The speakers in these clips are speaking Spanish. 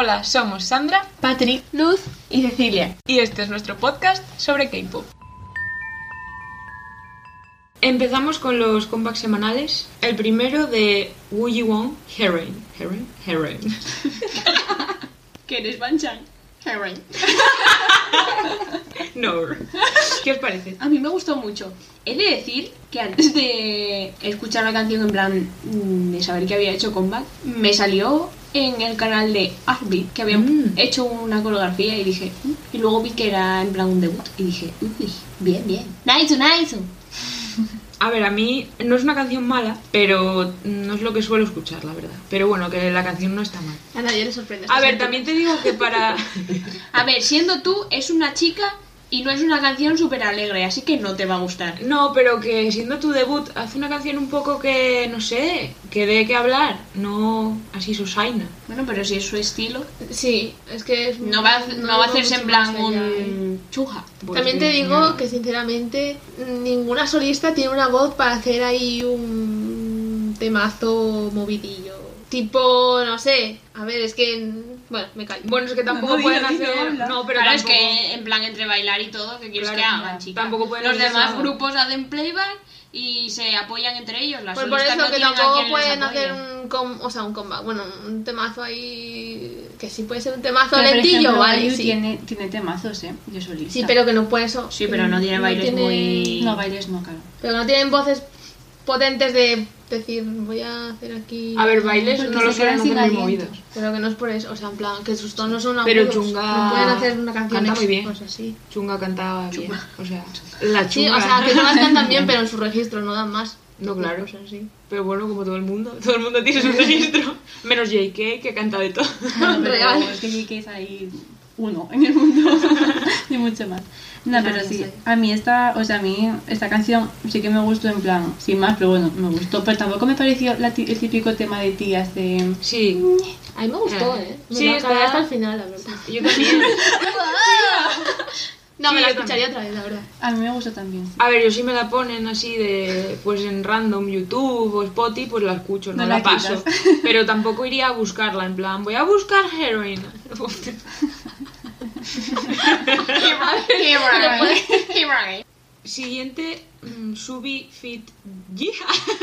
Hola, somos Sandra, Patrick, Luz y Cecilia. y este es nuestro podcast sobre K-pop. Empezamos con los comebacks semanales. El primero de Woo Ji-won, Heroin. ¿Qué eres, Banchan? Heroin. No. ¿Qué os parece? A mí me gustó mucho. He de decir que antes de escuchar la canción, en plan de saber que había hecho comeback, me salió en el canal de Arbit que habían hecho una coreografía y dije, y luego vi que era en plan un debut y dije, uy, bien. Nice. A ver, a mí no es una canción mala, pero no es lo que suelo escuchar, la verdad. Pero bueno, que la canción no está mal. A nadie le sorprende. A ver, también te digo que para... A ver, siendo tú, es una chica y no es una canción súper alegre, así que no te va a gustar. No, pero que siendo tu debut, hace una canción un poco que, no sé, que dé que hablar, no así sosaina. Bueno, pero si es su estilo, Sí, es que es no va a hacerse en plan un chuja. Pues También te sí, digo mierda. que sinceramente ninguna solista tiene una voz para hacer ahí un temazo movidillo. Tipo, no sé, a ver, es que... Bueno, me callo. Bueno, es que tampoco No, pueden dilo, hacer... habla. No, pero Claro, tampoco... es que en plan entre bailar y todo, ¿qué quieres Claro, que hagan, chica? tampoco pueden Los hacer demás eso. grupos hacen playback y se apoyan entre ellos. Las Pues por solistas eso no que tienen a tampoco quien les pueden apoye. hacer un comeback. Bueno, un temazo ahí... Que sí puede ser un temazo Pero, por lentillo, ejemplo, vale, Ayu sí. tiene temazos, de solista. Sí, pero que no puede eso. Sí, pero no tiene bailes muy... No, bailes no, claro. Pero que no tienen voces potentes de decir, voy a hacer aquí... A ver, bailes Porque no lo se quedan suelen hacer sin muy aliento. movidos. Pero que no es por eso, o sea, en plan, que sus tonos son Pero agudos. Chunga No pueden hacer una canción canta muy bien. Pues así. Chunga cantaba bien, o sea, la Sí, chunga... o sea, que todas cantan bien, pero en su registro no dan más. No, claro. Pues así. Pero bueno, como todo el mundo tiene su registro. Menos JK, que canta de todo. Bueno, pero Real. es que es ahí uno en el mundo, ni mucho más. No, pero sí, a mí esta canción sí que me gustó en plan, sin más, pero bueno, me gustó, pero tampoco me pareció el típico tema de tías de... Sí, A mí me gustó, ¿eh? Me Sí, la acabé está- hasta el final, la verdad. yo también. No, Sí, me la yo escucharía otra vez, la verdad. A mí me gustó también. Sí. A ver, yo si me la ponen así de, pues en random, YouTube o Spotify, pues la escucho, no No la la paso. quitas. Pero tampoco iría a buscarla, en plan, voy a buscar Heroin. Siguiente, Subi Fit Jiha.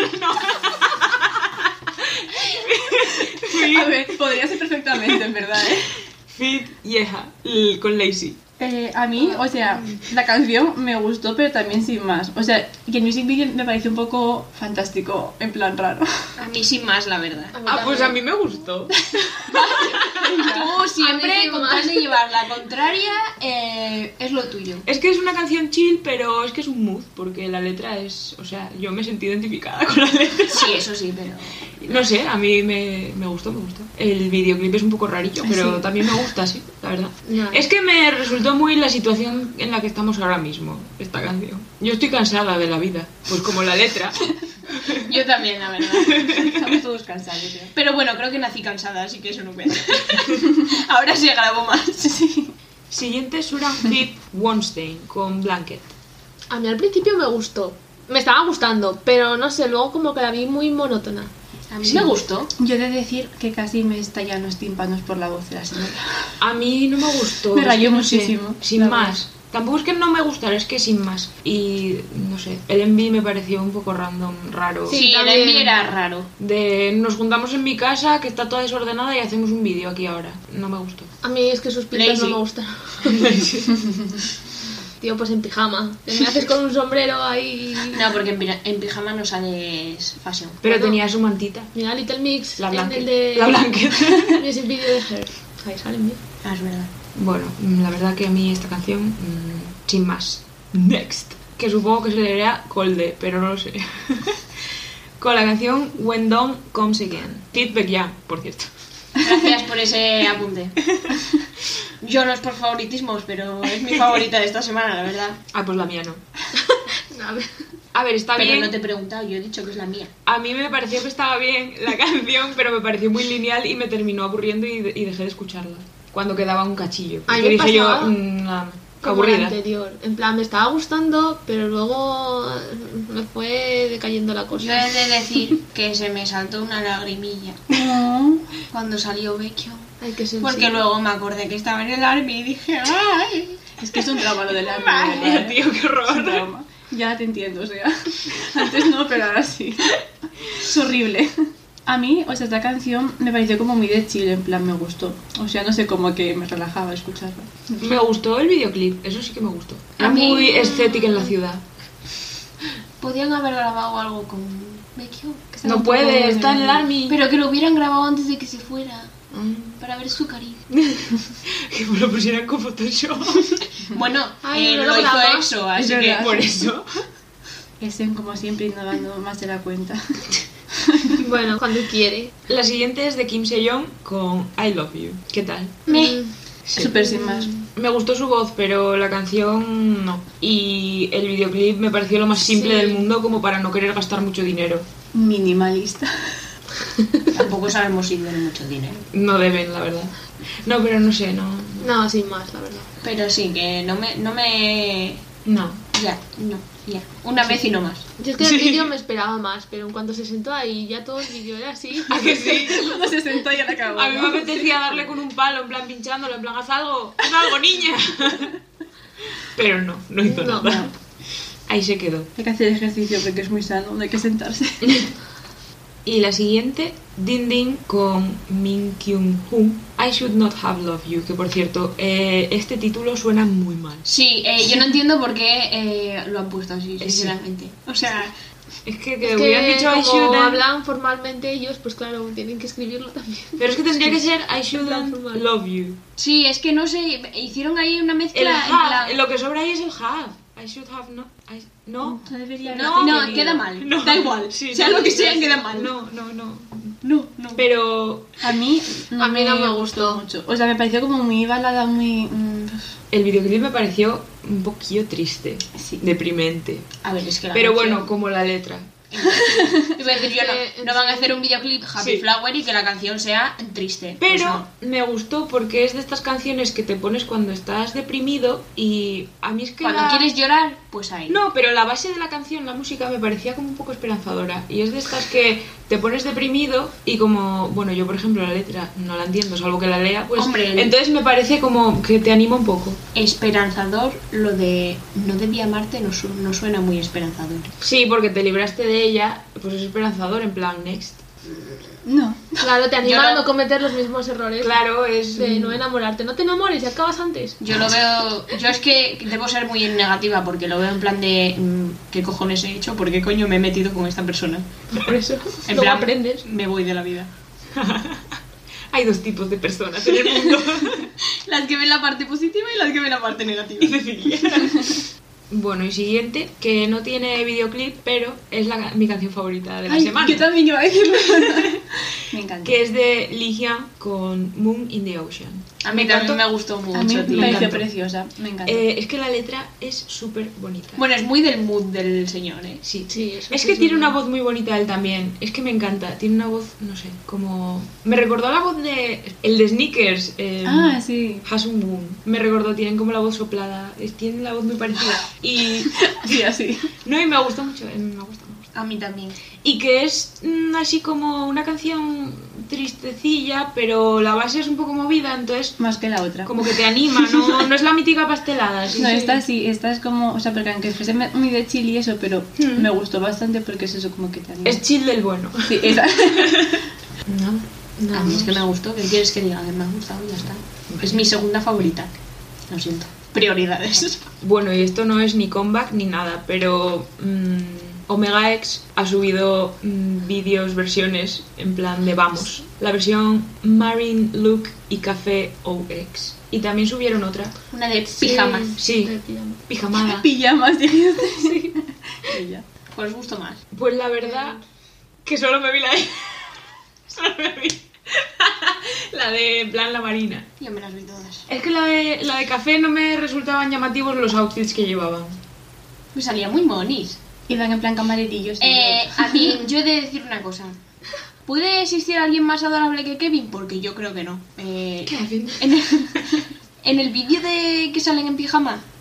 A ver, podría ser perfectamente, en verdad, Fit Yeha, con Lazy. A mí, o sea, la canción me gustó, pero también sin más. O sea, y el music video me pareció un poco fantástico, en plan raro. A mí sin más, la verdad. Ah, pues a mí me gustó. Tú siempre A mí sin con más. tal de llevar la contraria, es lo tuyo. Es que es una canción chill, pero es que es un mood, porque la letra es... O sea, yo me sentí identificada con la letra. Sí, eso sí, pero... No sé, a mí me gustó. El videoclip es un poco rarillo, pero también me gusta, sí, la verdad. No. Es que me resultó muy la situación en la que estamos ahora mismo, esta canción. Yo estoy cansada de la vida, pues como la letra. Yo también, la verdad. Estamos todos cansados, ya. Pero bueno, creo que nací cansada, así que eso no cuenta. Ahora sí grabo más. Siguiente, Suran Fit Wonstein con Blanket. A mí al principio me gustó. Me estaba gustando, pero no sé, luego como que la vi muy monótona. A mí me gustó. Yo he de decir que casi me estallan los tímpanos por la voz de la señora. A mí no me gustó. Me es rayó que no sé, muchísimo, sin la más. Tampoco es que no me gustara, es que sin más. Y no sé, el envy me pareció un poco random, raro. Sí, el también. envío era raro. De nos juntamos en mi casa, que está toda desordenada, y hacemos un vídeo aquí ahora. No me gustó. A mí es que sus pintas Lazy. no me gustan. Tío, pues en pijama. Te me haces con un sombrero ahí... No, porque en pijama no sales fashion. Pero Bueno. tenía su mantita. Mira, Little Mix, La en Blanket. el de... La Blanket. Music video de Her. Ahí salen bien. Ah, es verdad. Bueno, la verdad que a mí esta canción, sin más. Next. Que supongo que se leería Colde, pero no lo sé. Con la canción When Dawn Comes Again. Feedback ya, por cierto. Gracias por ese apunte. Yo no es por favoritismos, pero es mi favorita de esta semana, la verdad. Ah, pues la mía no. A ver. A ver, está Pero bien. no te he preguntado, yo he dicho que es la mía. A mí me pareció que estaba bien la canción, pero me pareció muy lineal y me terminó aburriendo y dejé de escucharla. Cuando quedaba un cachillo. A mí Porque me dije yo, pasaba nada, Como la aburrida. anterior. En plan, me estaba gustando, pero luego me fue decayendo la cosa. Yo he de decir que se me saltó una lagrimilla cuando salió Vecchio. Ay, qué sensible. Porque luego me acordé que estaba en el ARMY y dije, ¡ay! Es que es un trauma lo del ARMY. Vaya, tío, qué Es un horror. trauma. Ya te entiendo, o sea. Antes no, pero ahora sí. Es horrible. A mí, o sea, esta canción me pareció como muy de chill, en plan, me gustó. O sea, no sé, como que me relajaba escucharla. Me gustó el videoclip, eso sí que me gustó. Era A mí- muy estética en la ciudad. Podían haber grabado algo con Baekhyun. que estaba No un poco- puede, está en el ARMY. Pero que lo hubieran grabado antes de que se fuera. Mm. Para ver su cariño. Que me lo pusieran con Photoshop. Bueno, Ay, no lo lo hizo graba. EXO, así Es que verdad. Por eso. Estén como siempre innovando más de la cuenta. Bueno, cuando quiere. La siguiente es de Kim Se-young con I Love You. ¿Qué tal? me... Sí. Súper sin más. Me gustó su voz, pero la canción no. Y el videoclip me pareció lo más simple Sí. del mundo como para no querer gastar mucho dinero. Minimalista. Tampoco sabemos si tiene mucho dinero. No deben, la verdad. No, pero no sé, no. No, sin más, la verdad. Pero sí, que no me... No. Ya, no, ya. Una vez y no más. Yo es que en Sí. el vídeo me esperaba más, pero en cuanto se sentó ahí ya todo el vídeo era así. ¿A que sí? Cuando se sentó ya la acabó. A mí me apetecía darle con un palo, en plan pinchándolo, en plan, haz algo, niña. Pero no, no hizo No. nada. Ahí se quedó. Hay que hacer ejercicio porque es muy sano, no hay que sentarse. Y la siguiente, Din Din con Min Kyung Hoon, I Should Not Have Loved You, que por cierto, este título suena muy mal. Sí, yo no entiendo por qué lo han puesto así, sinceramente. O sea, Es que Es hubieran que dicho I como shouldn't, hablan formalmente ellos, pues claro, tienen que escribirlo también. pero es que tendría que ser I plan Shouldn't formal. Love You. sí, es que no sé, hicieron ahí una mezcla El en have, plan... lo que sobra ahí es el have. I should have no. No. No debería No, No, queda mal. No. Da igual. Sí, sea no, lo que sea, sí, queda mal. No. No, no. Pero A mí A mí no me gustó. mucho. O sea, me pareció como muy balada, muy... el videoclip me pareció un poquillo triste, Sí. deprimente. A ver, es que la Pero canción- bueno, como la letra. Iba a decir yo, no van a hacer un videoclip Happy Sí. Flower y que la canción sea triste. Pero O sea, me gustó porque es de estas canciones que te pones cuando estás deprimido y a mí es que cuando quieres llorar, pues ahí. No, pero la base de la canción, la música, me parecía como un poco esperanzadora. Y es de estas que te pones deprimido y como, bueno, yo por ejemplo la letra no la entiendo, salvo que la lea, pues Hombre, entonces me parece como que te anima un poco. Esperanzador, lo de no debí amarte no suena muy esperanzador. Sí, porque te libraste de ella, pues es esperanzador, en plan, next. No. Claro, te anima Yo no- a no cometer los mismos errores Claro, es... de no enamorarte. No te enamores y acabas antes. Yo lo veo, yo es que debo ser muy negativa porque lo veo en plan de ¿qué cojones he hecho? ¿Por qué coño me he metido con esta persona? Por eso. En Luego plan, aprendes. me voy de la vida. Hay dos tipos de personas en el mundo. Las que ven la parte positiva y las que ven la parte negativa. Y Cecilia. Bueno, y siguiente, que no tiene videoclip, pero es mi canción favorita de la Ay, semana. yo también iba a decirlo. Me encanta. Que es de Lee Hyun con Moon in the Ocean. A mí también me gustó mucho, A mí tío. me pareció encantó. preciosa, me encanta. Es que la letra es súper bonita. Bueno, es muy del mood del señor, ¿eh? Sí, Sí, eso es sí que es tiene verdad. una voz muy bonita él también. Es que me encanta. Tiene una voz, no sé, como... Me recordó la voz de... El de Sneakers. Ah, sí. Hasung Moon. Me recordó, tienen como la voz soplada. Tienen la voz muy parecida. Y... Sí, así. No, y me gustó mucho. Me gusta. A mí también. Y que es así como una canción tristecilla, pero la base es un poco movida, entonces Más que la otra. como que te anima, no es la mítica pastelada. ¿sí? No, Sí. esta sí, esta es como, o sea, porque aunque fuese muy de chill y eso, pero me gustó bastante porque es eso como que te anima. Es chill del bueno. Sí, esa. No, A mí es que me gustó. ¿Qué quieres que diga? Que me ha gustado y ya está. Es mi segunda favorita. Lo siento. Prioridades. Bueno, y esto no es ni comeback ni nada, pero Omega X ha subido vídeos, versiones en plan de Vamos. La versión Marine Look y Café OX. Y también subieron otra. Una de pijamas. Sí, de pijama. pijamada. Pijamas, dijiste. Sí. Ella. ¿Cuál os gustó más? Pues la verdad que solo me vi la de... solo me vi la de en plan la marina. Yo me las vi todas. Es que la de café no me resultaban llamativos los outfits que llevaban. Me salía muy monis. Iban en plan camarerillos. A mí, yo he de decir una cosa. ¿Puede existir alguien más adorable que Kevin? Porque yo creo que no. Kevin. En el vídeo de que salen en pijama,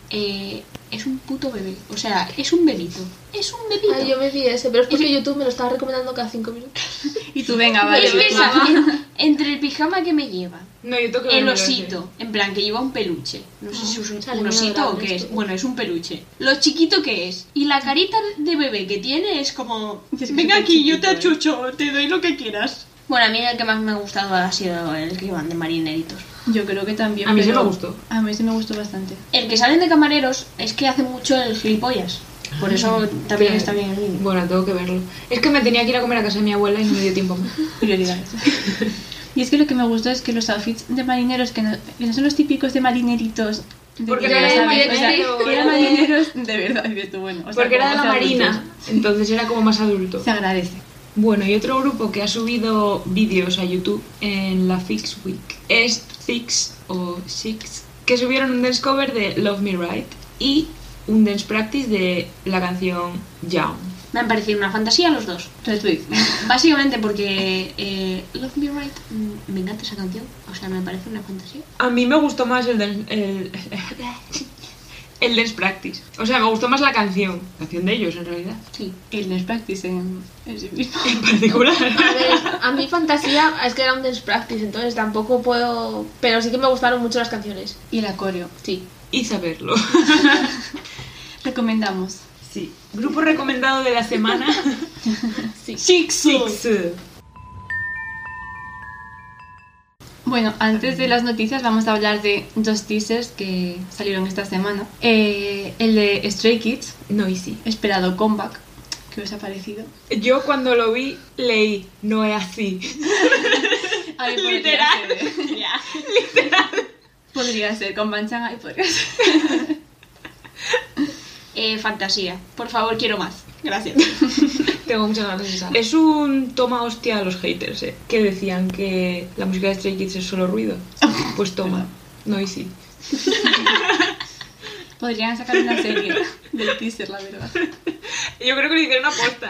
es un puto bebé. O sea, es un bebito. Es un bebito. Ay, yo me vi ese, pero es porque YouTube me lo estaba recomendando cada 5 minutos. Y tú, venga, vale. Es que entre el pijama que me lleva, No, yo tengo que el verlo, osito, en plan que lleva un peluche. No sé si es Sale un muy osito o adorable qué esto. es. Bueno, es un peluche. Lo chiquito que es. Y la carita de bebé que tiene es como... Es que Venga es aquí, yo te chiquito, achucho, te doy lo que quieras. Bueno, a mí el que más me ha gustado ha sido el que van de marineritos. Yo creo que también. A mí sí pero me gustó. A mí sí me gustó bastante. El que salen de camareros es que hace mucho el gilipollas. Por eso también Que- está bien el vídeo. Bueno, tengo que verlo. Es que me tenía que ir a comer a casa de mi abuela y no me dio tiempo. Prioridades. Y es que lo que me gustó es que los outfits de marineros, que no son los típicos de marineritos. Porque que era ya de sabes, o sea, marinero, que eran era de- marineros de verdad, dices tú, bueno. O sea, Porque era de como la ser marina, adultos. entonces era como más adulto. Se agradece. Bueno, y otro grupo que ha subido vídeos a YouTube en la Fix Week es Six o Six, que subieron un dance cover de Love Me Right y un dance practice de la canción Young. Me han parecido una fantasía los dos. Retweet. Básicamente porque Love Me Right, me encanta esa canción. O sea, me parece una fantasía. A mí me gustó más el dance practice. O sea, me gustó más la canción de ellos en realidad, Sí. El dance practice en sí mismo. en particular. A ver, a mí fantasía es que era un dance practice, entonces tampoco puedo... Pero sí que me gustaron mucho las canciones. Y el acorio. Sí. Y saberlo. Recomendamos. Sí. Grupo recomendado de la semana. Sí. Six. Bueno, antes de las noticias vamos a hablar de dos teasers que salieron esta semana. El de Stray Kids, Noisy. esperado comeback. ¿Qué os ha parecido? Yo cuando lo vi leí, no es así. Ay, podría Literal. ser. Podría ser, con Banchan ahí podría ser. Fantasía. Por favor, quiero más. Gracias. Tengo muchas ganas de esa. Es un toma hostia a los haters, que decían que la música de Stray Kids es solo ruido. Pues toma, Noisy. Podrían sacar una serie del teaser, la verdad. Yo creo que lo hicieron aposta,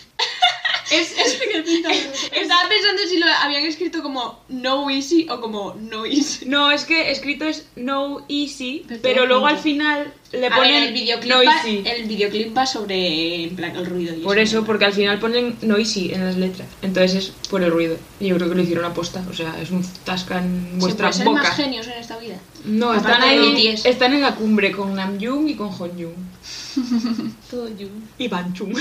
Estaba pensando si lo habían escrito como No Easy o como Noise. No, es que escrito es No Easy, Pero pero todo luego junto. al final le A ver, ponen el videoclip, Noisy. el videoclip va sobre en plan el ruido. Y Por eso, porque al final ponen Noisy en las letras. Entonces es por el ruido. Y yo creo que lo hicieron aposta. O sea, es un tasca en vuestra ¿Se puede ser boca. más genios en esta vida? No, Aparte están de ahí. BTS. Están en la cumbre con Namjoon y con Honjun. Todo you. Y Banchung.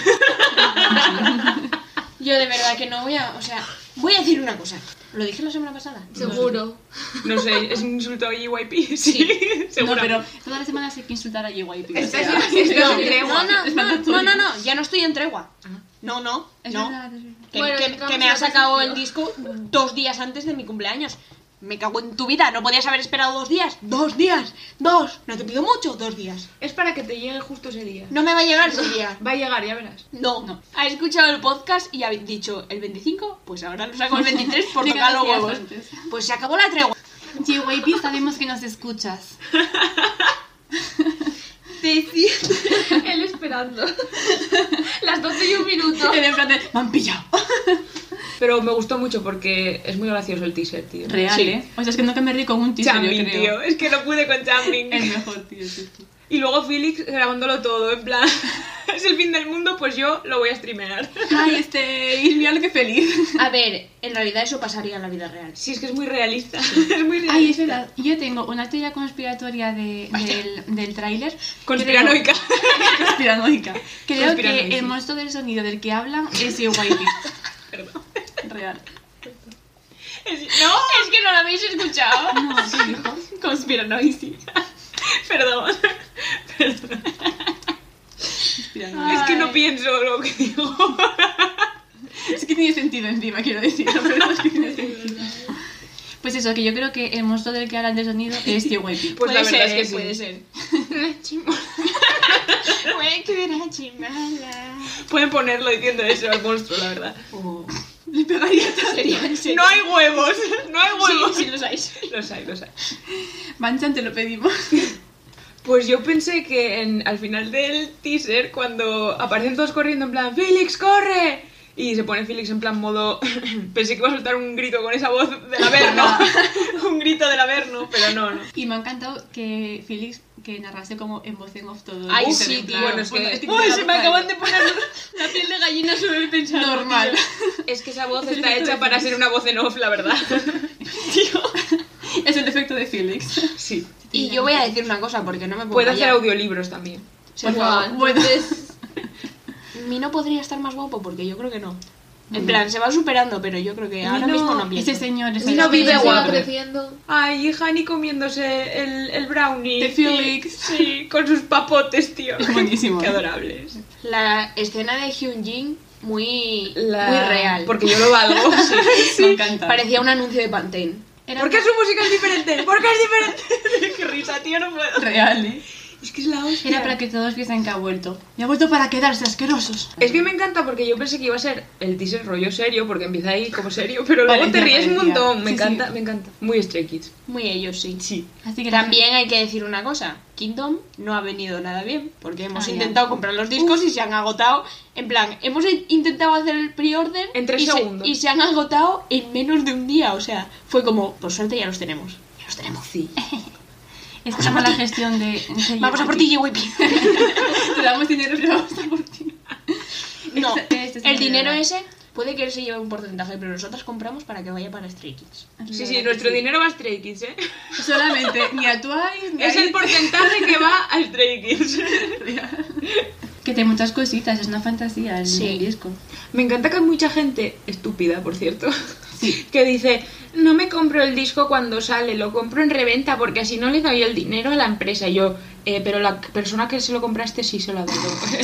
Yo de verdad que no voy a... O sea, voy a decir una cosa. ¿Lo dije la semana pasada? Seguro. No sé, ¿es un insulto a JYP? Sí, No, seguro. pero todas las semanas hay que insultar a JYP. o Estás sea, en No, tregua. no, ya no estoy en tregua. No. es verdad, es verdad. Que, Bueno, que- entramos que me en ha la sacado posición. el disco 2 días antes de mi cumpleaños. Me cago en tu vida, ¿no podías haber esperado 2 días? 2 días, 2. No te pido mucho, 2 días. Es para que te llegue justo ese día. No me va a llegar ese día. Va a llegar, ya verás. No. Ha escuchado el podcast y ha dicho el 25, pues ahora lo saco el 23 por Venga, tocar los 2 días huevos. antes. Pues se acabó la tregua. JYP, sabemos que nos escuchas. Él esperando. Las 12 y un minuto. En plan de, me han pillado. Pero me gustó mucho porque es muy gracioso el teaser, tío. Real, Sí. ¿eh? O sea, es que nunca me reí con un teaser, yo Changbin, creo. tío. Es que no pude con Changbin. El mejor, tío, sí, sí. Y luego Felix grabándolo todo, en plan, es el fin del mundo, pues yo lo voy a streamear. Ay, y mira lo que feliz. A ver, en realidad eso pasaría en la vida real. Sí, es que es muy realista. Es muy realista. Ay, es verdad. Yo tengo una teoría conspiratoria del tráiler. Conspiranoica. Conspiranoica. Creo Conspiranoica. que el monstruo del sonido del que hablan es JYP. Perdón. Real. No, Es que no lo habéis escuchado. No, ¿qué dijo? conspiranoici. Perdón. Perdón. Conspiranoica. Es que no pienso lo que digo. Es que tiene sentido encima, quiero decir. Pero es que tiene sentido. Pues eso, que yo creo que el monstruo del que hablan de sonido es JYP. Pues la Puede verdad ser, es que sí. puede ser. Pueden ponerlo diciendo eso al monstruo, la verdad. Oh. Le pegaría tanto. No hay huevos. No hay huevos. Sí, los hay. Los hay, los hay. Manchan, te lo pedimos. Pues yo pensé que al final del teaser, cuando aparecen todos corriendo en plan ¡Felix, corre! Y se pone Felix en plan modo... Pensé que iba a soltar un grito con esa voz del Averno. Un grito del Averno, pero no. Y me ha encantado que Felix que narrase como en voz en off todo. Ay, Y sí, en tío, plan, bueno, es que- ¡Ay, se me acaban de poner la piel de gallina sobre el pensar! normal. Es que esa voz Es el está efecto hecha de para Felix. ser una voz en off, la verdad. Es el efecto de Felix. Sí. Y yo voy a decir una cosa, porque no me puedo Puede hacer callar. audiolibros también. Por favor. Bueno. Entonces, Mino podría estar más guapo, porque yo creo que no. En plan, se va superando, pero yo creo que ahora Mino, mismo no pienso. Ese señor es No vive sigue guapo. creciendo. Ay, y Hani comiéndose el brownie. De Felix. Sí, con sus papotes, tío. Es buenísimo. Qué adorables. La escena de Hyunjin muy real. Porque yo lo valgo. Me encanta. Parecía un anuncio de Pantene. Era ¿Por qué su música es diferente? ¿Por qué es diferente? Qué risa, tío, no puedo. real, ¿eh? Es que es la hostia. Era para que todos piensen que ha vuelto. Y ha vuelto para quedarse asquerosos. Es que me encanta porque yo pensé que iba a ser el teaser rollo serio, porque empieza ahí como serio, pero luego Parecía, te ríes un parecía. montón. Me Sí, encanta, sí. me encanta. Muy Stray Kids. Muy ellos, sí. Sí. Así que También hay que decir una cosa. Kingdom no ha venido nada bien, porque hemos Ah, ya. intentado comprar los discos y se han agotado. En plan, hemos intentado hacer el pre-order En 3 y segundos. y se han agotado en menos de un día. O sea, fue como, por suerte ya los tenemos. Ya los tenemos. Sí. es como la gestión de... Vamos a por ti, JYP. Te damos dinero, pero vamos a por ti. No, Este es el el dinero verdad. ese puede que él se lleve un porcentaje, pero nosotras compramos para que vaya para Stray Kids. Sí, sí, nuestro dinero va a Stray Kids, ¿eh? Solamente, ni a Twice, ni a Es el Itzy. porcentaje que va a Stray Kids. Que tiene muchas cositas, es una fantasía el, Sí. el disco. Me encanta que hay mucha gente, estúpida por cierto, Sí. que dice, no me compro el disco cuando sale, lo compro en reventa porque así no le doy el dinero a la empresa. Y yo, pero la persona que se lo compraste sí se lo ha dado.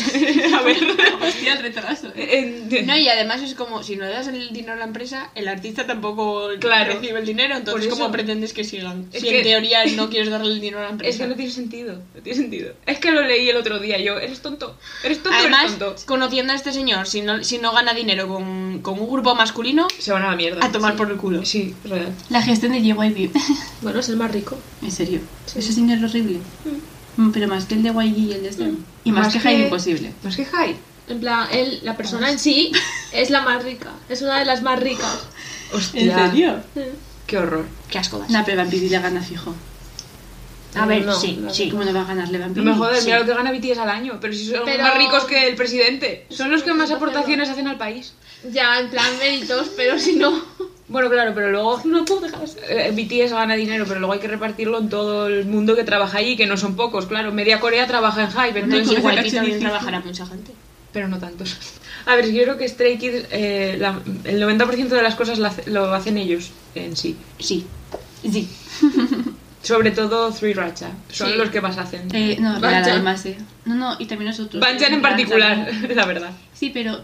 A ver. Hostia, el retraso. No, y además es como, si no le das el dinero a la empresa, el artista tampoco Claro. recibe el dinero, entonces Por eso. ¿cómo pretendes que sigan? Es Si que- en teoría no quieres darle el dinero a la empresa. Es que no tiene sentido, no tiene sentido. Es que lo leí el otro día, yo, eres tonto, Además, eres tonto. conociendo a este señor, si no gana dinero con un grupo masculino, Se van a la mierda. a tomar por el culo. Sí, real. La gestión de JYP. Bueno, es el más rico. En serio. Ese señor es horrible. Pero más que el de YG y el de Stem. Y más, Más que que- Hyde Imposible. ¿No es que Hyde? En plan, la persona en sí es la más rica. Es una de las más ricas. Hostia. Qué horror. Qué asco das. Nah, pero Vampiri le gana fijo. A ver, No, sí, no, sí. ¿Cómo no va a ganarle No Vampiri? me jodas, Sí. mira lo que gana BTS al año, pero si son Pero- más ricos que el presidente. Son los que más Pero- aportaciones hacen al país. Ya, en plan méritos, pero si no, Bueno, claro, pero luego no puedo dejar así. BTS gana dinero, pero luego hay que repartirlo en todo el mundo que trabaja allí, que no son pocos, claro. Media Corea trabaja en Hype, entonces Corea igual, Igual Saca también difícil. trabajará mucha gente. pero no tantos. A ver, yo creo que Stray Kids, el 90% de las cosas lo hacen ellos en sí. Sí. Sí. Sobre todo Three Racha, son Sí. los que más hacen. No, real, Banchan. además, No, no, y también nosotros. Banchan en particular, la verdad. Sí, pero,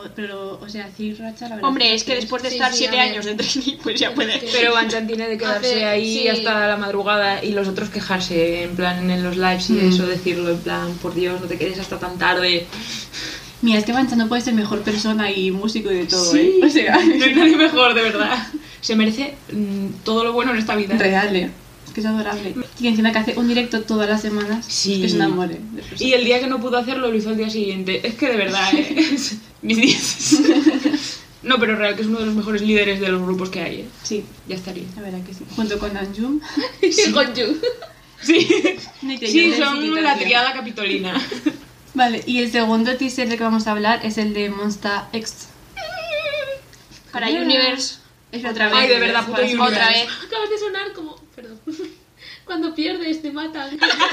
o sea, Cir Racha, la verdad. Hombre, es que después de Sí, estar sí, 7 a ver. años de trainee, pues ya puede. Pero Banchan tiene de quedarse Hace- ahí sí. hasta la madrugada y los otros quejarse, en plan, en los lives y eso, decirlo, en plan, por Dios, no te quedes hasta tan tarde. Mira, es que Banchan no puede ser mejor persona y músico y de todo, Sí. ¿eh? O sea, No hay nadie mejor, de verdad. Se merece todo lo bueno en esta vida. real, ¿eh? Es que es adorable. Y encima que hace un directo todas las semanas. Sí. Es que es un amor, ¿eh? De persona. Y el día que no pudo hacerlo, lo hizo al día siguiente. Es que de verdad, mis días. No, pero real que es uno de los mejores líderes de los grupos que hay, ¿eh? Sí, Ya estaría. la verdad que sí. Junto con Anjum. Con Yu. Sí, Ni te sí, llores, ni son te la rías. triada capitolina. Vale, y el segundo teaser del que vamos a hablar es el de Monster X. Para Universe. Es otra vez. Ay, de verdad, puto Universe. Otra vez. Acabas de sonar como. Perdón. Cuando pierdes, te matan.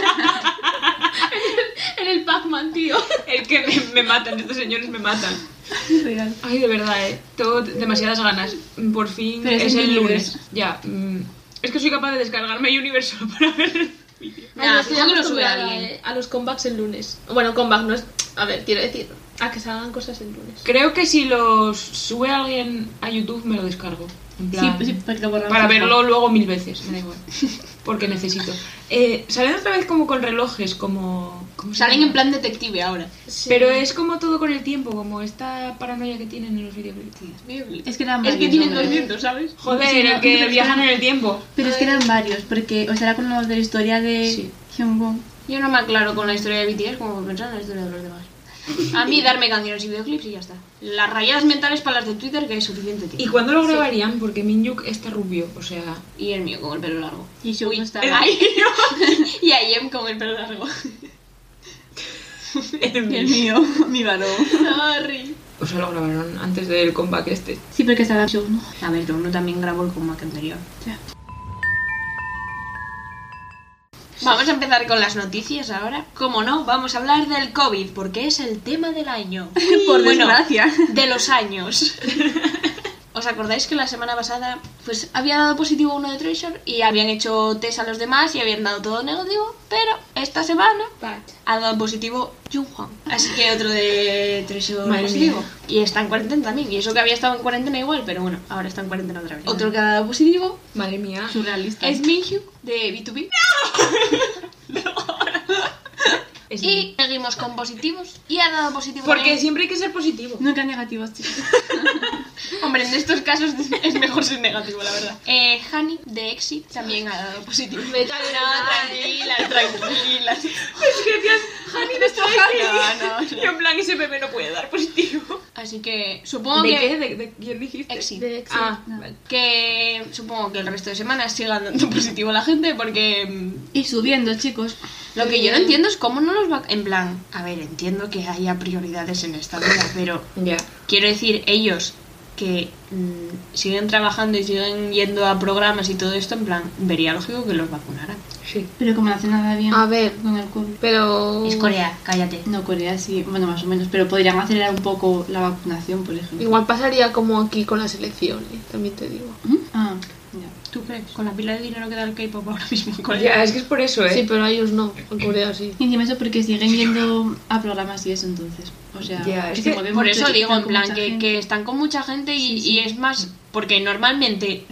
en el Pac-Man, tío. El que me matan, estos señores me matan. Real. Ay, de verdad, tengo demasiadas ganas. Por fin Pero es es el en lunes. Universe. Ya. Es que soy capaz de descargarme Universe solo para ver el vídeo. Nah, no estoy fijo que lo sube acostumbrada, alguien. a los comebacks el lunes. Bueno, comeback no es. A ver, quiero decir. A que se hagan cosas el lunes. Creo que si los sube alguien a YouTube me lo descargo. En plan, Sí, porque lo borramos. para verlo luego 1000 veces, me da igual. Porque necesito. Salen otra vez como con relojes, como... ¿cómo se Salen llama? en plan detective ahora. Sí. Pero es como todo con el tiempo, como esta paranoia que tienen en los videoclips. Es que eran Es varios. que tienen nombres. 200, ¿sabes? Joder, Sí, no, el que pero viajan es en que- el tiempo. Pero es que eran varios, porque, o sea, era con lo de la historia de Sí. Hyunwoo. Yo no me aclaro con la historia de BTS como pensar en la historia de los demás. A mí darme canciones y videoclips y ya está. Las rayadas mentales para las de Twitter, que es suficiente tiempo. ¿Y cuándo lo grabarían? Porque Minhyuk está rubio, o sea... Y el mío con el pelo largo. Y yo Uy, no está. ay, y a Iem con el pelo largo. El mío, mi varón. Sorry. O sea, lo grabaron antes del comeback este. Sí, porque estaba yo, ¿no? A ver, uno también grabó el comeback anterior. Ya. Vamos a empezar con las noticias ahora. Como no, vamos a hablar del COVID, porque es el tema del año. Por Bueno, desgracia. de los años. ¿Os acordáis que la semana pasada pues había dado positivo uno de Treasure y habían hecho test a los demás y habían dado todo negativo? Pero esta semana ha dado positivo Jungwon. Así que otro de Treasure Madre positivo. mía. Y está en cuarentena también. Y eso que había estado en cuarentena igual, pero bueno, ahora está en cuarentena otra vez. Otro que ha dado positivo Madre mía. Surrealista. es Minhyuk de B2B. Es Y seguimos con positivos. Y ha dado positivo Porque también. siempre hay que ser positivo. Nunca negativos, chicos. Hombre, en estos casos es mejor ser negativo, la verdad. Hani de Exit también ha dado positivo. Me cago en No, tranquila. Es que decías, Hani de No. Y en plan, ese bebé no puede dar positivo. Así que supongo ¿De que... qué? ¿De quién dijiste? Exit. De Exit. Ah, No. vale. Que supongo que el resto de semanas sigan dando positivo a la gente porque... Y subiendo, chicos. Lo que yo no entiendo es cómo no los va... En plan, a ver, entiendo que haya prioridades en esta vida, pero Ya. quiero decir, ellos que siguen trabajando y siguen yendo a programas y todo esto, en plan, vería lógico que los vacunaran. Sí. Pero como no hace nada bien A ver. con el COVID. Pero... Es Corea, cállate. No, Corea sí, bueno, más o menos. Pero podrían acelerar un poco la vacunación, por ejemplo. Igual pasaría como aquí con las elecciones, también te digo. Ah, ya. ¿Tú crees? Con la pila de dinero que da el K-pop ahora mismo en Corea. Ya, es que es por eso, ¿eh? Sí, pero a ellos no, en Corea sí. Y encima eso porque siguen yendo a programas y eso, entonces. O sea, Ya, es se que mueve Por mucho eso y digo, están en con plan, mucha que gente. están con mucha gente y, Sí, sí. y es más... Porque normalmente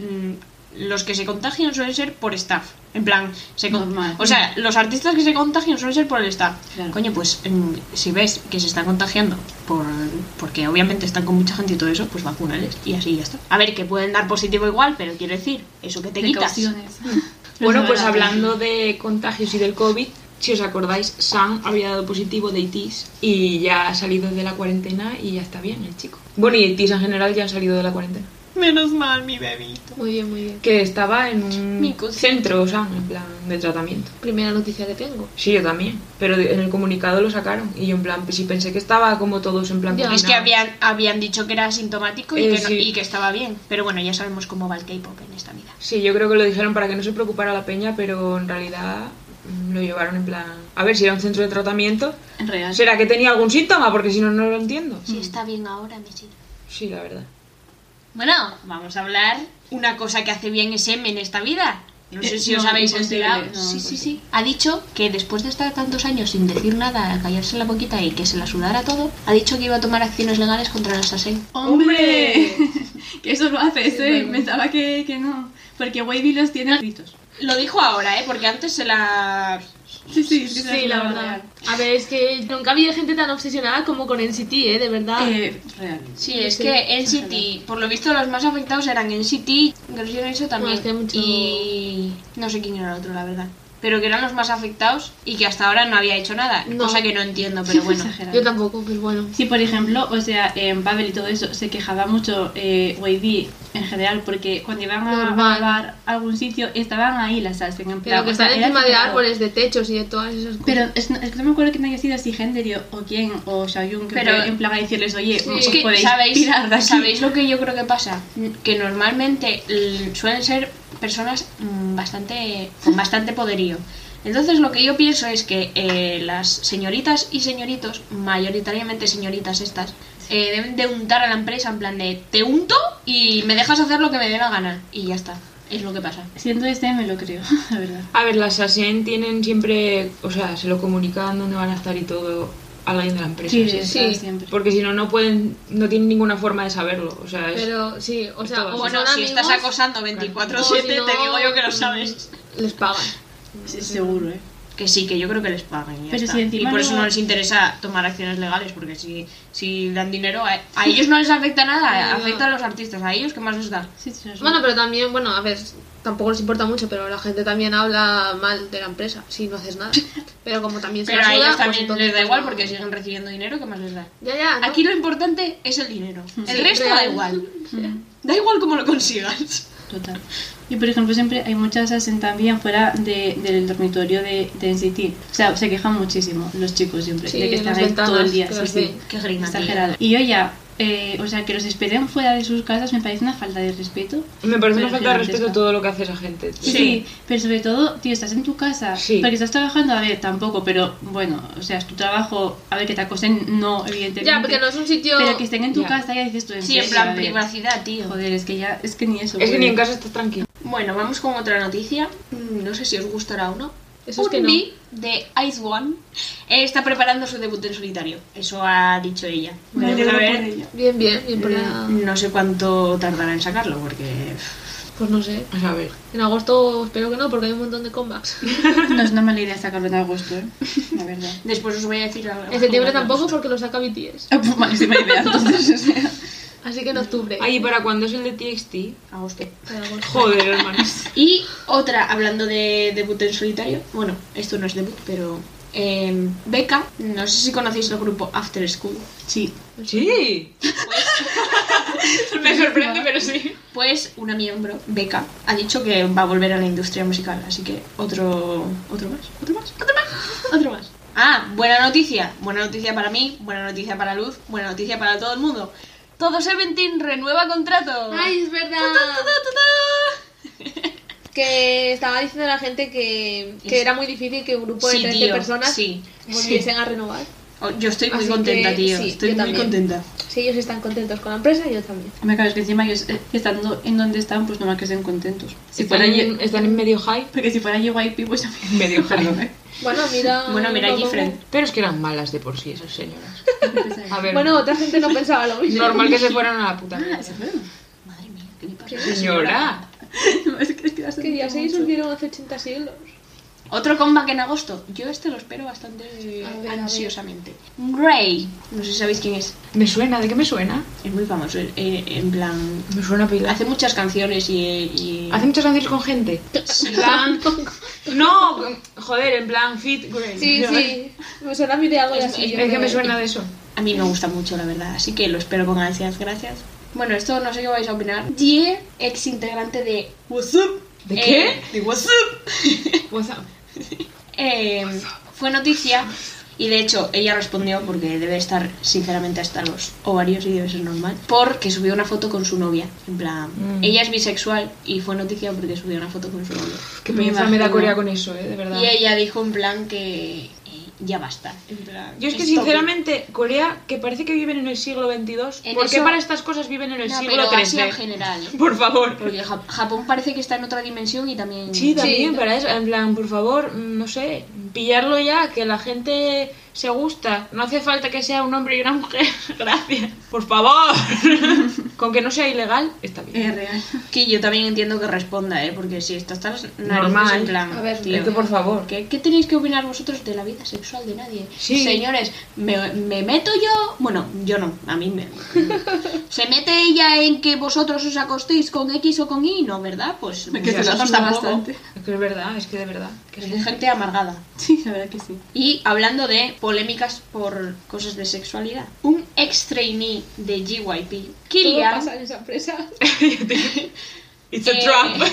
los que se contagian suelen ser por staff. En plan, Normal. o sea, los artistas que se contagian suelen ser por el staff. Claro. Coño, pues si ves que se están contagiando porque obviamente están con mucha gente y todo eso, pues vacúnales y así ya está. A ver, que pueden dar positivo igual, pero quiero decir, eso que te quitas. Precauciones. Bueno, Pero pues no, hablando de contagios y del COVID, si os acordáis, Sam había dado positivo de ITIS y ya ha salido de la cuarentena y ya está bien el chico. Bueno, y ITIS en general ya han salido de la cuarentena. Menos mal, mi bebito. Muy bien, muy bien. Que estaba en un Mi cosita. centro, o sea, en plan de tratamiento. Primera noticia que tengo. Sí, yo también. Pero en el comunicado lo sacaron. Y yo en plan, pues sí pensé que estaba como todos en plan... Ya. Es que confinados. habían dicho que era asintomático y, que no- Sí. y que estaba bien. Pero bueno, ya sabemos cómo va el K-pop en esta vida. Sí, yo creo que lo dijeron para que no se preocupara la peña, pero en realidad lo llevaron en plan... A ver, si era un centro de tratamiento, En real. ¿será que tenía algún síntoma? Porque si no, no lo entiendo. Si está bien ahora, me sirve. Sí, la verdad. Bueno, vamos a hablar. Una cosa que hace bien es M en esta vida. No sé si os No, habéis imposible, enterado. no, Sí. imposible. Ha dicho que después de estar tantos años sin decir nada, a callarse la boquita y que se la sudara todo, ha dicho que iba a tomar acciones legales contra las ASEI. ¡Hombre! Que eso lo hace, pensaba que no. Porque Wavy los tiene escritos. Lo dijo ahora, porque antes se la... Sí, Sí, la verdad. A ver, es que nunca había gente tan obsesionada como con NCT, de verdad. Real. Sí, es que NCT, por lo visto los más afectados eran NCT, Girls' Generation también, Bueno, es que hay mucho- y no sé quién era el otro, la verdad. Pero que eran los más afectados y que hasta ahora no había hecho nada, No. cosa que no entiendo, pero bueno. Exagerado. Yo tampoco, pero bueno. Sí, por ejemplo, o sea, en Babel y todo eso se quejaba mucho Wavy en general porque cuando iban a Normal. grabar a algún sitio estaban ahí las Salsen en plan. Pero que o sea, están era encima de exagerado. árboles, de techos y de todas esas cosas. Pero es que no me acuerdo quién haya sido, si Henderio o quién, o Xiaoyun, que Pero- fue en plan a decirles, oye, Sí. os Es que, podéis ¿sabéis, tirar de aquí. ¿sabéis lo que yo creo que pasa? Que normalmente suelen ser personas con bastante poderío. Entonces lo que yo pienso es que las señoritas y señoritos, mayoritariamente señoritas estas, deben de untar a la empresa en plan de te unto y me dejas hacer lo que me dé la gana. Y ya está, es lo que pasa. Siendo me lo creo, la verdad. A ver, las ASEN tienen siempre... O sea, se lo comunican dónde van a estar y todo a alguien de la empresa. Sí, ¿sí? Sí. siempre. Porque si no, no pueden... No tienen ninguna forma de saberlo. O sea, es... Pero sí, o sea, Todo. o Bueno, son si amigos, estás acosando 24/7, o si no, te digo yo que lo sabes. les pagan. Sí, seguro, Que sí, que yo creo que les paguen. Y ya Pero está. si encima y por eso luego- no les interesa tomar acciones legales, porque si dan dinero, a ellos no les afecta nada, No. afecta a los artistas, a ellos, ¿qué más les da? Sí, sí, Bueno, pero también, bueno, a ver, tampoco les importa mucho, pero la gente también habla mal de la empresa si no haces nada. Pero como también se Pero la a suda, ellos pues también entonces, les da pues, igual no. porque siguen recibiendo dinero, ¿qué más les da? Ya, ¿no? Aquí lo importante es el dinero. El Sí, resto da real. igual. Da igual cómo lo consigas. Total. Y por ejemplo, siempre hay muchas hacen también fuera del dormitorio de NCT. O sea, se quejan muchísimo los chicos siempre Sí, de que en están las ahí todo el ventanas, día. que Sí, los sí. ven. Qué grima, tío. Exagerado. Y yo ya, o sea, que los esperen fuera de sus casas me parece una falta de respeto. Me parece una Pero falta de respeto gigantesca. todo lo que hace esa gente. Sí, sí, pero sobre todo, tío, estás en tu casa, Sí. porque estás trabajando, a ver, tampoco, pero bueno, o sea, es tu trabajo, a ver, que te acosen, no, evidentemente. Ya, porque no es un sitio... Pero que estén en tu Ya. casa, ya dices tú, Sí, en serio, plan a ver, privacidad, tío. Joder, es que ya, es que ni eso. Es que puede. ni en casa estás tranquilo. Bueno, vamos con otra noticia. No sé si os gustará o no. Eso es que no. Unbi, de Ice One, está preparando su debut en solitario. Eso ha dicho ella. Me Veremos alegro a ver. por ella. Bien, bien por la... No sé cuánto tardará en sacarlo, porque... Pues no sé. A ver. En agosto espero que no, porque hay un montón de comebacks. No es una mala idea sacarlo en agosto, la verdad. Después os voy a decir algo. En septiembre tampoco, porque lo saca BTS. Ah, pues malísima idea, entonces, o sea. Así que en octubre. Ahí, ¿para cuándo es el de TXT? Agosto. Para agosto. Joder, hermanos. Y otra, hablando de debut en solitario. Bueno, esto no es debut, pero... Becca, no sé si conocéis el grupo After School. Sí. Sí. Me sorprende, pero sí. Pues una miembro, Becca, ha dicho que va a volver a la industria musical. Así que otro más. Ah, buena noticia. Buena noticia para mí, buena noticia para Luz, buena noticia para todo el mundo. Todo Seventeen renueva contrato. ¡Ay, es verdad! Que estaba diciendo la gente que era muy difícil que un grupo de Sí, 13 tío, personas sí. volviesen a renovar. Oh, yo estoy muy Así contenta, que, tío. sí, Estoy yo muy también. contenta. Si ellos están contentos con la empresa, yo también. Me cago, es que encima ellos estando en donde están, pues nomás que estén contentos. Si Están fuera están en medio hype. porque si fuera JYP, pues también. Medio Perdón, hype. Bueno, mira... Bueno, mira Bobo. Gifren. Pero es que eran malas de por sí esas señoras. A ver. Bueno, otra gente no pensaba lo mismo. normal que se fueran a la puta Ah, mierda. se fueron. Madre mía, ¿qué le pasa? Señora. No, es que las Que ya se mucho. disolvieron hace 80 siglos. Otro comeback en agosto. Yo este lo espero bastante A ver. ansiosamente. Grey. No sé si sabéis quién es. ¿Me suena? ¿De qué me suena? Es muy famoso. En plan... Me suena pila. Hace muchas canciones y... Hace muchas canciones con gente. En plan... No, joder, en plan Fit Grey. Sí, sí. Me suena a mí de algo Es- así. es yo Es que creo. me suena de eso. A mí me gusta mucho, la verdad. Así que lo espero con ansias. Gracias. Bueno, esto no sé qué vais a opinar. Die, ex integrante de What's Up. ¿De qué? De What's Up. What's up? Fue noticia y de hecho ella respondió porque debe estar sinceramente hasta los ovarios y debe ser normal porque subió una foto con su novia en plan ella es bisexual y fue noticia porque subió una foto con su novia Qué Me pereza me da imagino. Corea con eso, de verdad. y ella dijo en plan que ya basta en plan, Yo es que stop it. sinceramente, Corea, que parece que viven en el siglo XXII, En ¿por qué eso- para estas cosas viven en el No, siglo pero así en XIII? general Por favor. porque Japón parece que está en otra dimensión y también Sí, también, Sí. para eso. En plan, por favor, no sé, pillarlo ya, que la gente se gusta. No hace falta que sea un hombre y una mujer. Gracias. Por favor. Con que no sea ilegal, está bien. Es real. que yo también entiendo que responda porque si esto está Normal. en plan A ver, tío, Es que por favor. ¿Qué tenéis que opinar vosotros de la vida sexual de nadie? Sí. Señores, me meto yo... Bueno, yo no, a mí me... ¿Se mete ella en que vosotros os acostéis con X o con Y? No, ¿verdad? Pues Que se nosotros asusta tampoco. bastante. Es que es verdad, es que de verdad. Que es de gente amargada. Sí, la verdad que sí. Y hablando de polémicas por cosas de sexualidad, un ex trainee de GYP, Todo Killian, pasa en esa empresa. It's a Eh, trap.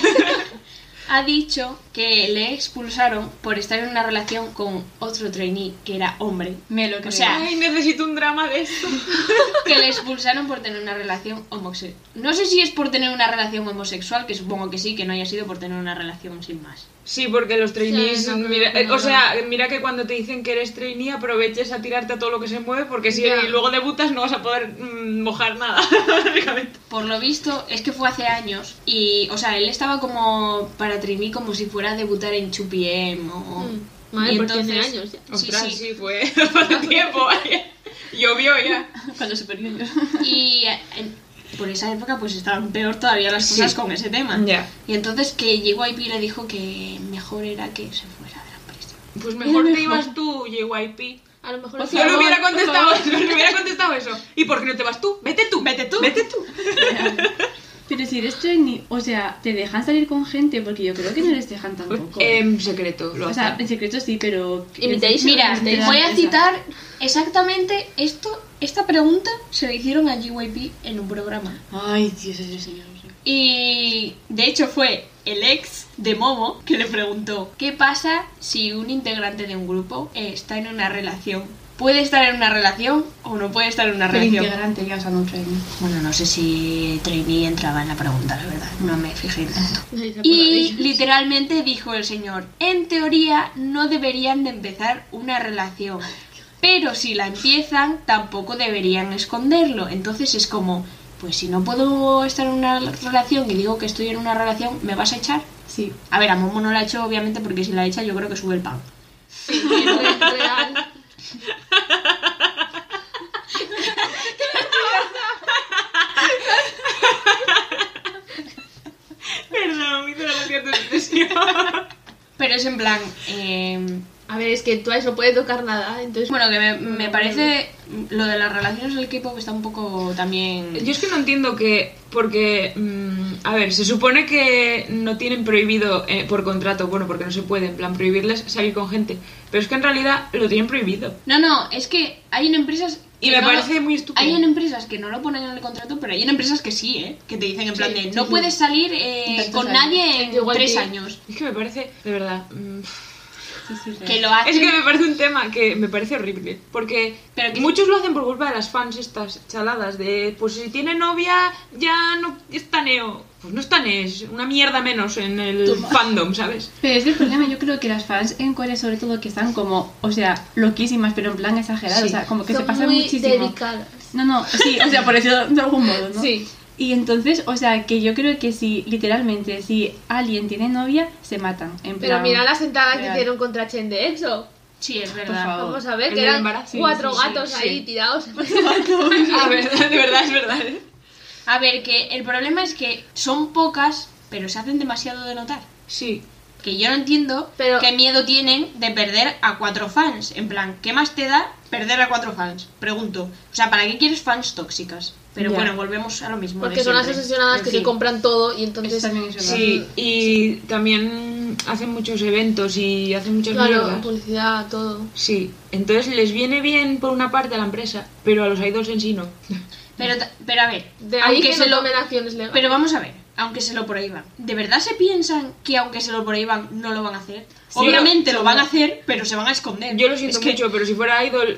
ha dicho que le expulsaron por estar en una relación con otro trainee que era hombre. Me lo creo. O sea, Ay, necesito un drama de esto. que le expulsaron por tener una relación homosexual. No sé si es por tener una relación homosexual, que supongo que sí, que no haya sido por tener una relación sin más. Sí, porque los trainees, Sí, no, mira, no, no. o sea, mira que cuando te dicen que eres trainee aproveches a tirarte a todo lo que se mueve, porque si Ya. luego debutas no vas a poder mojar nada, básicamente. Por lo visto, es que fue hace años y, o sea, él estaba como para trainee como si fuera a debutar en 2PM o... Madre, y pues tiene entonces- años ya. Sí, Ostras, sí. sí, fue hace tiempo, vaya. Llovió ya. Cuando se perdió yo. Y por esa época pues estaban peor todavía las Sí. cosas con ese tema. Ya. Y entonces que JYP le dijo que mejor era que se fuera de la empresa. Pues mejor te ibas tú, JYP. A lo mejor Por sí. Yo le favor, hubiera por contestado, favor. le hubiera contestado eso. ¿Y por qué no te vas tú? Vete tú. Vete tú. Vete tú. Pero si eres trainee, o sea, te dejan salir con gente, porque yo creo que no les dejan tampoco. En secreto, lo O sea, hacen. en secreto sí, pero... Imitation. Mira, Imitation. voy a citar exactamente esto. Esta pregunta se la hicieron a JYP en un programa. Ay, Dios, ese señor. Y de hecho fue el ex de Momo que le preguntó: ¿qué pasa si un integrante de un grupo está en una relación? ¿Puede estar en una relación o no puede estar en una El relación? integrante ya, o sea, no trainee. Bueno, no sé si Trainee entraba en la pregunta, la verdad. No me fijé tanto. Nadie se acuerda de Y ellos. literalmente dijo el señor: en teoría no deberían de empezar una relación, pero si la empiezan tampoco deberían esconderlo. Entonces es como, pues si no puedo estar en una relación y digo que estoy en una relación, ¿me vas a echar? Sí. A ver, a Momo no la ha hecho obviamente, porque si la echa yo creo que sube el pan. Sí, es real. Perdón, me hizo gracia tu expresión. Pero es en plan... A ver, es que tú a eso puedes tocar nada, entonces... bueno, que me parece... Lo de las relaciones del K-pop está un poco también... Yo es que no entiendo que... Porque, a ver, se supone que no tienen prohibido por contrato, bueno, porque no se puede, en plan, prohibirles salir con gente. Pero es que en realidad lo tienen prohibido. No, es que hay en empresas... Y que me no- parece muy estúpido. Hay en empresas que no lo ponen en el contrato, pero hay en empresas que sí, ¿eh? Que te dicen en plan Sí, de sí, no sí. puedes salir Tantos con años. nadie en Igual 3 que- años. Es que me parece, de verdad... Sí, sí, Que lo hacen... Es que me parece un tema que me parece horrible. Porque Pero que- muchos lo hacen por culpa de las fans estas chaladas. De, pues si tiene novia, ya no es taneo. Pues no es taneo, es una mierda menos en el fandom, ¿sabes? Pero es el problema, yo creo que las fans en Corea sobre todo que están como, o sea, loquísimas, pero en plan exagerado, Sí. o sea, como que son se pasan muy muchísimo. dedicadas. No, sí, o sea, por decirlo de algún modo, ¿no? Sí. Y entonces, o sea, que yo creo que si, literalmente, si alguien tiene novia, se matan, en Pero plan... mira las entradas que real. hicieron contra Chen de EXO. Sí, es Por verdad. favor. Vamos a ver, El que del eran embarazo. 4 Sí, sí, gatos sí, ahí sí. tirados. Ah, verdad, de verdad, es verdad. ¿eh? A ver, que el problema es que son pocas, pero se hacen demasiado de notar. Sí. Que yo no entiendo Pero- qué miedo tienen de perder a 4 fans. En plan, ¿qué más te da perder a 4 fans? Pregunto. O sea, ¿para qué quieres fans tóxicas? Pero Ya. bueno, volvemos a lo mismo. Porque de son las siempre. obsesionadas En que fin. se compran todo y Eso entonces... también es verdad. Sí, y también hacen muchos eventos y hacen muchas Claro, mierdas. publicidad, todo. Sí, entonces les viene bien por una parte a la empresa, pero a los idols en sí no. Pero a ver, De ahí aunque que se no lo... tomen acciones legales. Pero vamos a ver, aunque se lo prohíban, ¿de verdad se piensan que aunque se lo prohíban no lo van a hacer? Sí, Obviamente pero- lo van a hacer, pero se van a esconder. Yo lo siento Es que- mucho, pero si fuera idol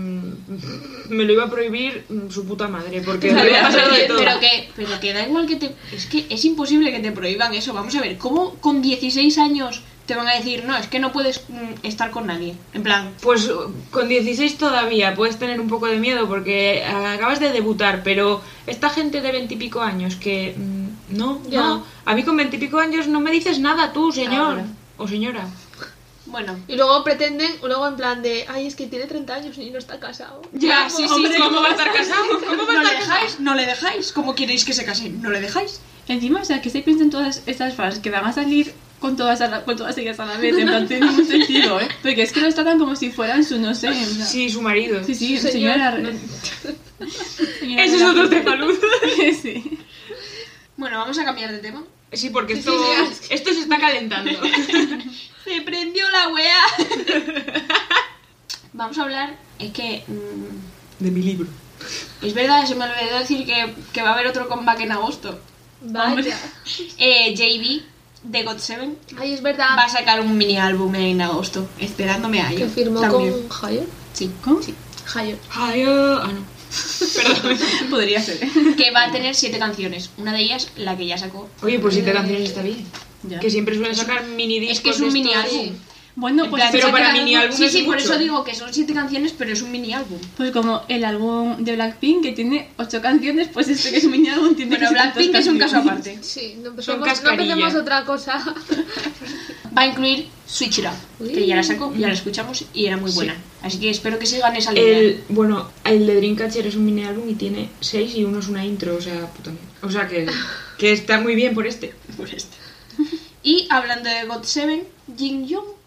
me lo iba a prohibir su puta madre, porque Pero, me había pasado de todo. pero que da igual que te... Es que es imposible que te prohíban eso. Vamos a ver, ¿cómo con 16 años te van a decir, no, es que no puedes estar con nadie? En plan, Pues con 16 todavía puedes tener un poco de miedo porque acabas de debutar, pero esta gente de 20 y pico años que no, Ya. no, a mí con 20 y pico años no me dices nada tú, señor Ahora. o señora. bueno... Y luego pretenden, luego en plan de, ay, es que tiene 30 años y no está casado. Ya, sí, sí, Hombre, sí. ¿cómo va a estar casado? ¿Cómo va a ¿No le estar casado? dejáis? ¿No le dejáis? ¿Cómo queréis que se casen? ¿No le dejáis? Encima, o sea, que se piensan todas estas fans que van a salir con todas ellas a la vez, en plan, tiene ningún sentido, ¿eh? Porque es que los tratan como si fueran su, no sé, en plan- Sí, su marido. Sí, sí, Señor, señora... no. señora Ese es de la otro puta. tema, Luz. Sí. Bueno, vamos a cambiar de tema. Sí, porque Sí, esto, sí, sí. esto se está calentando. ¡Se prendió la wea! Vamos a hablar, es que... De mi libro. es verdad, se me olvidó decir que va a haber otro comeback en agosto. Vaya. JB de GOT7 Ay, es verdad va a sacar un mini álbum en agosto, esperándome a que ello. firmó también. con Hayer. Sí. ¿Cómo? Sí. Hayer. Ay, ah, no. Perdón. Podría ser, ¿eh? Que va a tener 7 canciones. Una de ellas, la que ya sacó. Oye, pues 7 canciones está bien. Ya. Que siempre suelen sacar mini discos. Es que es un de mini estos. álbum. Bueno, En pues, plan, pero siete para can- mini álbum Sí, es sí, por mucho. eso digo que son 7 canciones, pero es un mini álbum. pues como el álbum de Blackpink que tiene 8 canciones, pues este que es un mini álbum tiene Pero que ser Blackpink tantas es un caso canciones. aparte. Sí, no Son empecemos, no cascarilla. empecemos otra cosa. Va a incluir Switch It Up, que ya la sacó, ya la escuchamos y era muy buena. Así que espero que sigan esa línea. Bueno, el de Dreamcatcher es un mini álbum y tiene 6 y uno es una intro, o sea, puta mierda. O sea que está muy bien por este. Por este. Y hablando de GOT7, Jin Young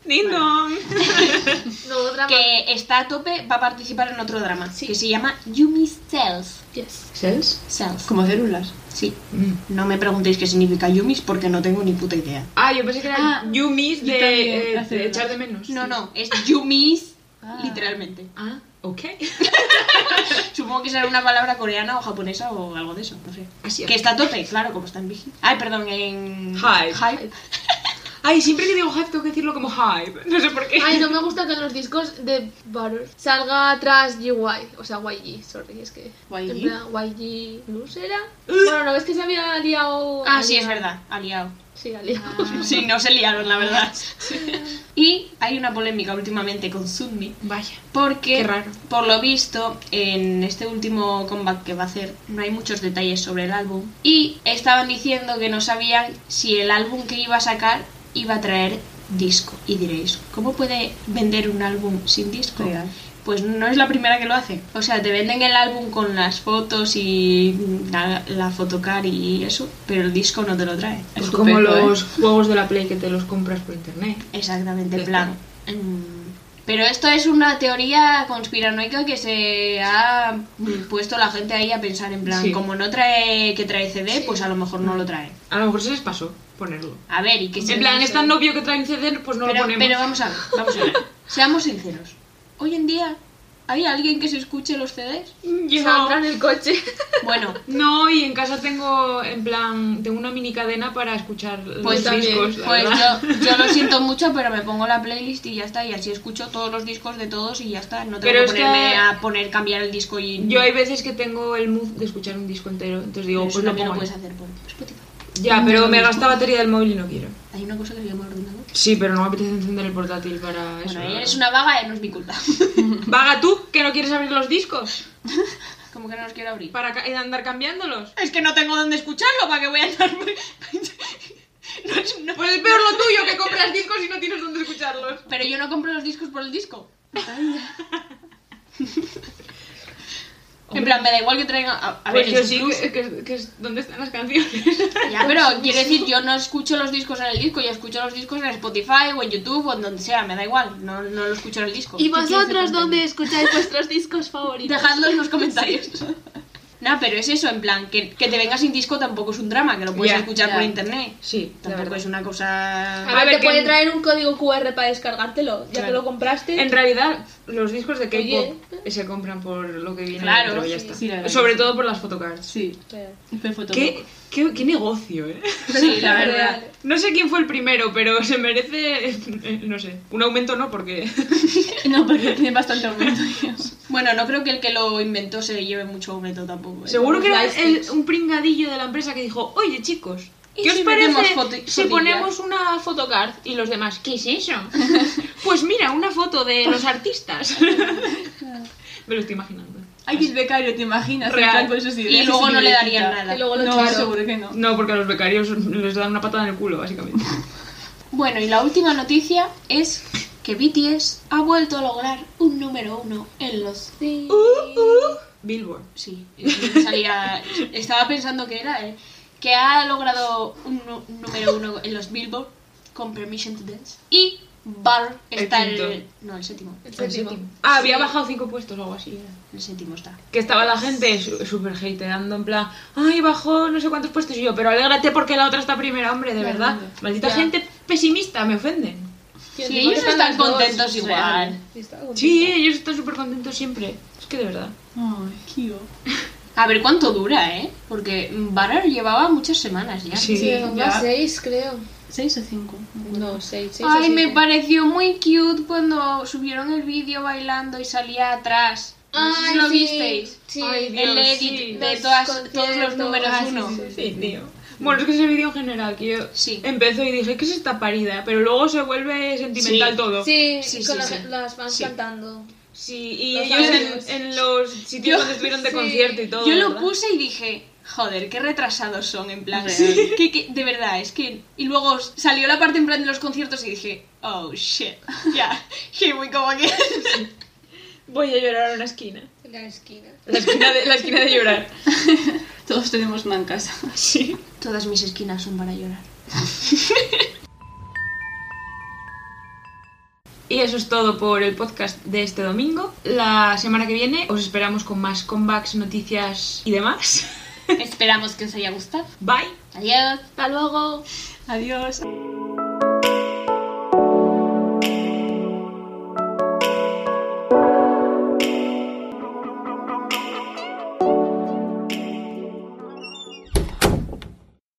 Ding dong. No, drama. Que está a tope, va a participar en otro drama que se llama Yumi's Cells. Yes. ¿Cells? Cells. Como células. Sí. No me preguntéis qué significa Yumis porque no tengo ni puta idea. Ah, yo pensé que era Yumis yo también, de hace echar de menos. No, es Yumis literalmente. Ah, ok. Supongo que será una palabra coreana o japonesa o algo de eso, no sé. Así es. Que está a tope, claro, como está en Vigi. Ay, perdón, en... Hype. Ay, siempre que digo hype tengo que decirlo como hype. No sé por qué. Ay, no me gusta que en los discos de Butter salga atrás GY, o sea, YG, sorry, es que... YG. En plan, YG Plus era... Bueno, ¿no ves que se había liado? Ah, sí, es verdad, ha liado. Sí, ha liado. Sí, no se liaron, la verdad. Y hay una polémica últimamente con Sunmi. Vaya. Porque, Qué raro. por lo visto, en este último comeback que va a hacer, no hay muchos detalles sobre el álbum. Y estaban diciendo que no sabían si el álbum que iba a sacar iba a traer disco. Y diréis, ¿cómo puede vender un álbum sin disco? Real. Pues no es la primera que lo hace. O sea, te venden el álbum con las fotos y la photocard y eso, pero el disco no te lo trae. Es Es como estupendo, los juegos de la Play que te los compras por internet. Exactamente, Ya en plan. Pero esto es una teoría conspiranoica que se ha puesto la gente ahí a pensar en plan, Sí. como no trae que trae CD, pues a lo mejor no lo trae. A lo mejor se les pasó ponerlo. A ver, y que En plan, es tan obvio que traen CD, pues no lo ponemos. pero vamos a ver. Seamos sinceros. Hoy en día, ¿hay alguien que se escuche los CDs? Yo Sandra en el coche. Bueno, no, y en casa tengo, en plan, tengo una mini cadena para escuchar pues los también. discos. la pues verdad. yo lo siento mucho, pero me pongo la playlist y ya está, y así escucho todos los discos de todos y ya está. No tengo Pero que es que- ponerme a cambiar el disco y... Yo hay veces que tengo el mood de escuchar un disco entero, entonces digo, Pero eso pues lo también pongo lo ahí. puedes hacer por Spotify. Ya, pero me gasta batería del móvil y no quiero. Hay una cosa que se llama ordenador. Sí, pero no me apetece encender el portátil para eso. Bueno, la eres verdad. una vaga y no es mi culpa. Vaga tú, que no quieres abrir los discos Como que no los quiero abrir. para andar cambiándolos. Es que no tengo dónde escucharlo, ¿para qué voy a andar? No, Pues es peor lo tuyo, que compras discos y no tienes dónde escucharlos. pero yo no compro los discos por el disco. En plan, me da igual que traigan... A ver, Pues yo es sí, plus. que es ¿dónde están las canciones? Ya, pero quiere decir, yo no escucho los discos en el disco, yo escucho los discos en Spotify o en YouTube o en donde sea, me da igual, no lo escucho en el disco. ¿Y quieres vosotros decir? dónde escucháis vuestros discos favoritos? Dejadlo en los comentarios. No, pero es eso, en plan, que te venga sin disco tampoco es un drama, que lo puedes Ya, escuchar ya. por internet. Sí, la Tampoco verdad. es una cosa... A ver, ver, te que puede en- traer un código QR para descargártelo. Ya Claro. que lo compraste. En realidad, los discos de Oye. K-pop se compran por lo que viene Claro, dentro y ya sí. está. Sí, la verdad Sobre que sí. todo por las photocards. Sí. Real. Fue foto. ¿Qué negocio, ¿eh? Sí, la verdad. Real. No sé quién fue el primero, pero se merece, no sé, un aumento no, porque... No, porque tiene bastante aumento, Dios. Bueno, no creo que el que lo inventó se le lleve mucho aumento tampoco. ¿eh? Seguro que era lightsticks. un pringadillo de la empresa que dijo, oye chicos, ¿Y ¿qué os si parece metemos si fotillas? ponemos una photocard? Y los demás, ¿qué es eso? Pues mira, una foto de los artistas. Me lo estoy imaginando. Ay, que es becario, ¿te imaginas? Real. En plan con sus Y ideas luego su no le libretita. darían nada. Y luego lo No, echaron. seguro que no. No, porque a los becarios les dan una patada en el culo, básicamente. Bueno, y la última noticia es que BTS ha vuelto a lograr un número 1 en los... Billboard. Sí, salía... Estaba pensando que era, que ha logrado un número 1 en los Billboard con Permission to Dance. Y Bar está El quinto. No, el séptimo. El séptimo. Ah, había bajado 5 puestos o algo así. Era. El séptimo está. Que estaba la gente súper hateando, en plan, ay, bajó no sé cuántos puestos. Y yo, pero alégrate porque la otra está primera, hombre, de verdad. Maldita Ya. gente pesimista, me ofenden. Sí, Sí, encima ellos que están las dos. contentos igual. Sí, está contento. Sí, ellos están súper contentos siempre. Es que de verdad. Ay, Kio. A ver cuánto dura, ¿eh? Porque Butter llevaba muchas semanas ya. Sí. Sí, son ya. las 6, creo. 6 o 5. No, 6. Ay, me pareció muy cute cuando subieron el vídeo bailando y salía atrás. No sé si lo visteis. Sí. Ay, Dios, El edit sí. de Los todos los conciertos. números Ah, sí, 1. sí, Sí, tío. Bueno, es que ese vídeo en general, que yo Sí. empezó y dije, ¿qué es esta parida? Pero luego se vuelve sentimental Sí. todo. Sí, Sí, con sí, las, sí. las fans Sí. cantando. Sí, y Los ellos audios. en los sitios Yo- donde estuvieron de sí. concierto y todo. Yo lo ¿verdad? puse y dije, joder, qué retrasados son, en plan. Real. De verdad, es que. Y luego salió la parte en plan de los conciertos y dije, oh shit, ya, here we go again. Voy a llorar a una esquina. En la esquina. La esquina de llorar. Todos tenemos una en casa. Sí. Todas mis esquinas son para llorar. Y eso es todo por el podcast de este domingo. La semana que viene os esperamos con más comebacks, noticias y demás. Esperamos que os haya gustado. Bye. Adiós. Hasta luego. Adiós.